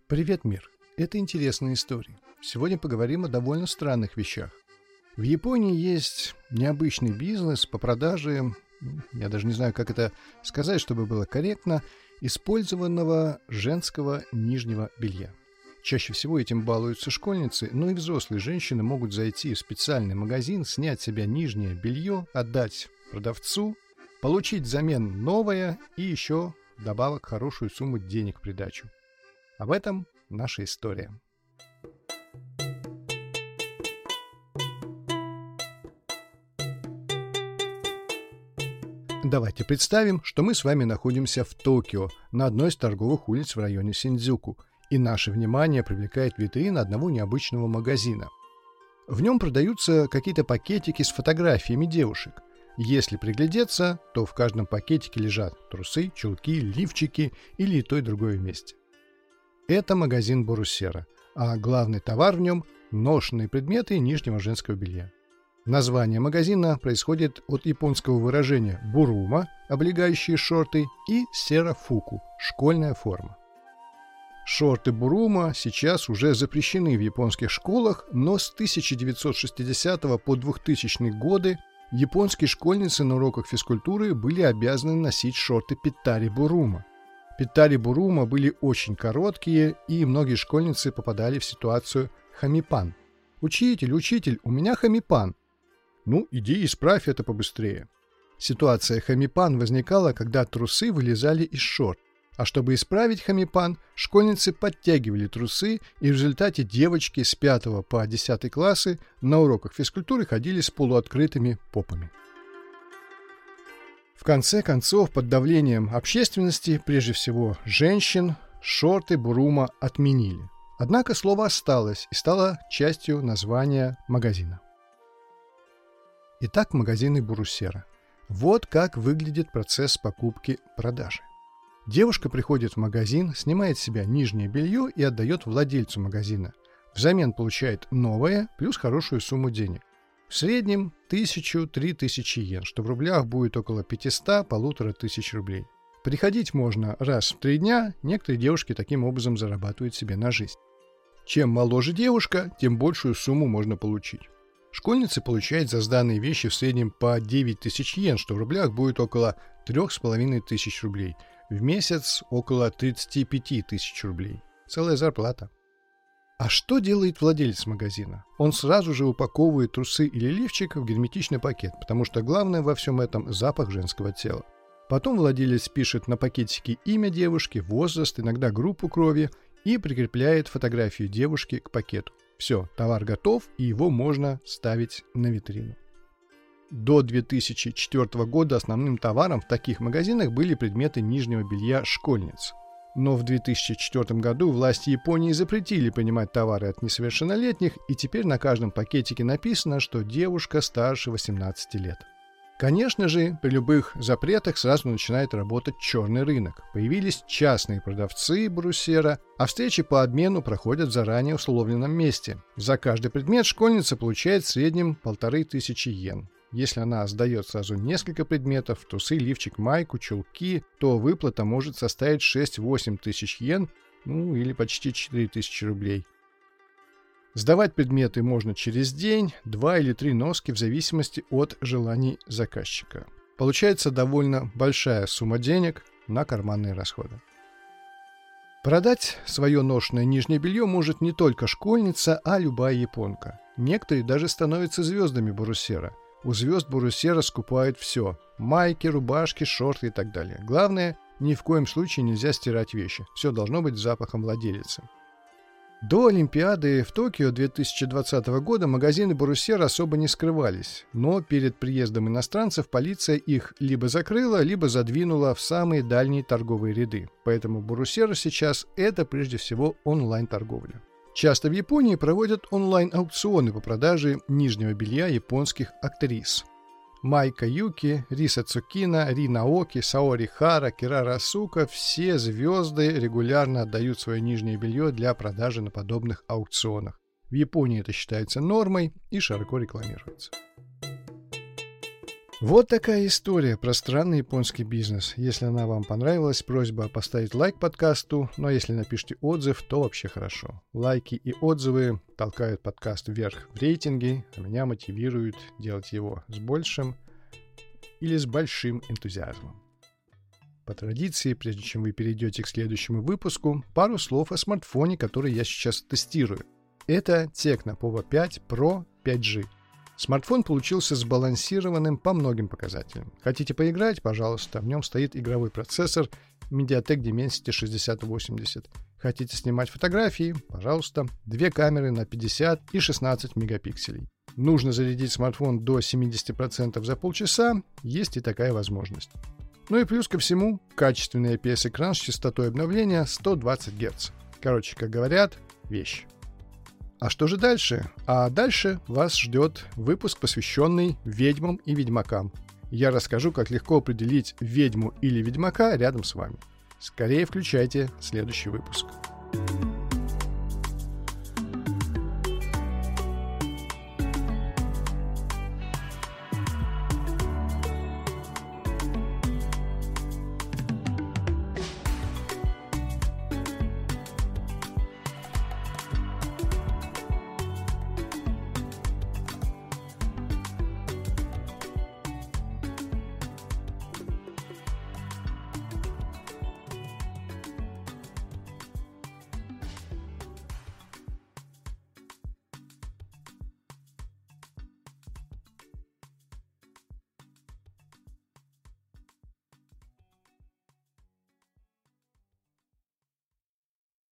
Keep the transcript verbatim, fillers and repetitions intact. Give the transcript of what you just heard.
Привет, мир! Это интересная история. Сегодня поговорим о довольно странных вещах. В Японии есть необычный бизнес по продаже, я даже не знаю, как это сказать, чтобы было корректно, использованного женского нижнего белья. Чаще всего этим балуются школьницы, но и взрослые женщины могут зайти в специальный магазин, снять с себя нижнее белье, отдать продавцу, получить взамен новое и еще вдобавок хорошую сумму денег в придачу. Об этом наша история. Давайте представим, что мы с вами находимся в Токио, на одной из торговых улиц в районе Синдзюку, и наше внимание привлекает витрина одного необычного магазина. В нем продаются какие-то пакетики с фотографиями девушек. Если приглядеться, то в каждом пакетике лежат трусы, чулки, лифчики или и то, и другое вместе. Это магазин Боруссера, а главный товар в нем – ношенные предметы нижнего женского белья. Название магазина происходит от японского выражения «бурума» – облегающие шорты, и «серафуку» – школьная форма. Шорты бурума сейчас уже запрещены в японских школах, но с тысяча девятьсот шестидесятого по двухтысячные годы японские школьницы на уроках физкультуры были обязаны носить шорты питари бурума. Питари бурума были очень короткие, и многие школьницы попадали в ситуацию хамипан. «Учитель, учитель, у меня хамипан!» «Ну, иди исправь это побыстрее». Ситуация хамипан возникала, когда трусы вылезали из шорт. А чтобы исправить хамипан, школьницы подтягивали трусы, и в результате девочки с пятого по десятый классы на уроках физкультуры ходили с полуоткрытыми попами. В конце концов, под давлением общественности, прежде всего женщин, шорты бурума отменили. Однако слово осталось и стало частью названия магазина. Итак, магазины Боруссера. Вот как выглядит процесс покупки-продажи. Девушка приходит в магазин, снимает с себя нижнее белье и отдает владельцу магазина. Взамен получает новое, плюс хорошую сумму денег. В среднем тысячу-три тысячи йен, что в рублях будет около пятьсот-полутора тысяч рублей. Приходить можно раз в три дня, некоторые девушки таким образом зарабатывают себе на жизнь. Чем моложе девушка, тем большую сумму можно получить. Школьницы получают за сданные вещи в среднем по девять тысяч йен, что в рублях будет около трех с половиной тысяч рублей. В месяц около тридцать пять тысяч рублей. Целая зарплата. А что делает владелец магазина? Он сразу же упаковывает трусы или лифчик в герметичный пакет, потому что главное во всем этом запах женского тела. Потом владелец пишет на пакетике имя девушки, возраст, иногда группу крови и прикрепляет фотографию девушки к пакету. Все, товар готов, и его можно ставить на витрину. До две тысячи четвёртого года основным товаром в таких магазинах были предметы нижнего белья школьниц. Но в две тысячи четвёртом году власти Японии запретили принимать товары от несовершеннолетних, и теперь на каждом пакетике написано, что девушка старше восемнадцати лет. Конечно же, при любых запретах сразу начинает работать черный рынок. Появились частные продавцы Боруссера, а встречи по обмену проходят в заранее условленном месте. За каждый предмет школьница получает в среднем полторы тысячи йен. Если она сдает сразу несколько предметов, трусы, лифчик, майку, чулки, то выплата может составить шесть-восемь тысяч йен, ну или почти четыре тысячи рублей. Сдавать предметы можно через день, два или три носки в зависимости от желаний заказчика. Получается довольно большая сумма денег на карманные расходы. Продать свое ношенное нижнее белье может не только школьница, а любая японка. Некоторые даже становятся звездами Боруссера. У звезд Боруссера скупают все – майки, рубашки, шорты и так далее. Главное, ни в коем случае нельзя стирать вещи. Все должно быть с запахом владелицы. До Олимпиады в Токио две тысячи двадцатого года магазины Боруссера особо не скрывались, но перед приездом иностранцев полиция их либо закрыла, либо задвинула в самые дальние торговые ряды. Поэтому Боруссера сейчас – это прежде всего онлайн-торговля. Часто в Японии проводят онлайн-аукционы по продаже нижнего белья японских актрис. Майка Юки, Риса Цукина, Ри Наоки, Саори Хара, Кирара Асука – все звезды регулярно отдают свое нижнее белье для продажи на подобных аукционах. В Японии это считается нормой и широко рекламируется. Вот такая история про странный японский бизнес. Если она вам понравилась, просьба поставить лайк подкасту, но если напишите отзыв, то вообще хорошо. Лайки и отзывы толкают подкаст вверх в рейтинге, а меня мотивируют делать его с большим или с большим энтузиазмом. По традиции, прежде чем вы перейдете к следующему выпуску, пару слов о смартфоне, который я сейчас тестирую. Это Tecno Povo пять Pro пять джи. Смартфон получился сбалансированным по многим показателям. Хотите поиграть? Пожалуйста. В нем стоит игровой процессор MediaTek Dimensity шестьдесят восемьдесят. Хотите снимать фотографии? Пожалуйста. Две камеры на пятьдесят и шестнадцать мегапикселей. Нужно зарядить смартфон до семьдесят процентов за полчаса. Есть и такая возможность. Ну и плюс ко всему, качественный ай пи эс-экран с частотой обновления сто двадцать герц. Короче, как говорят, вещь. А что же дальше? А дальше вас ждет выпуск, посвященный ведьмам и ведьмакам. Я расскажу, как легко определить ведьму или ведьмака рядом с вами. Скорее включайте следующий выпуск.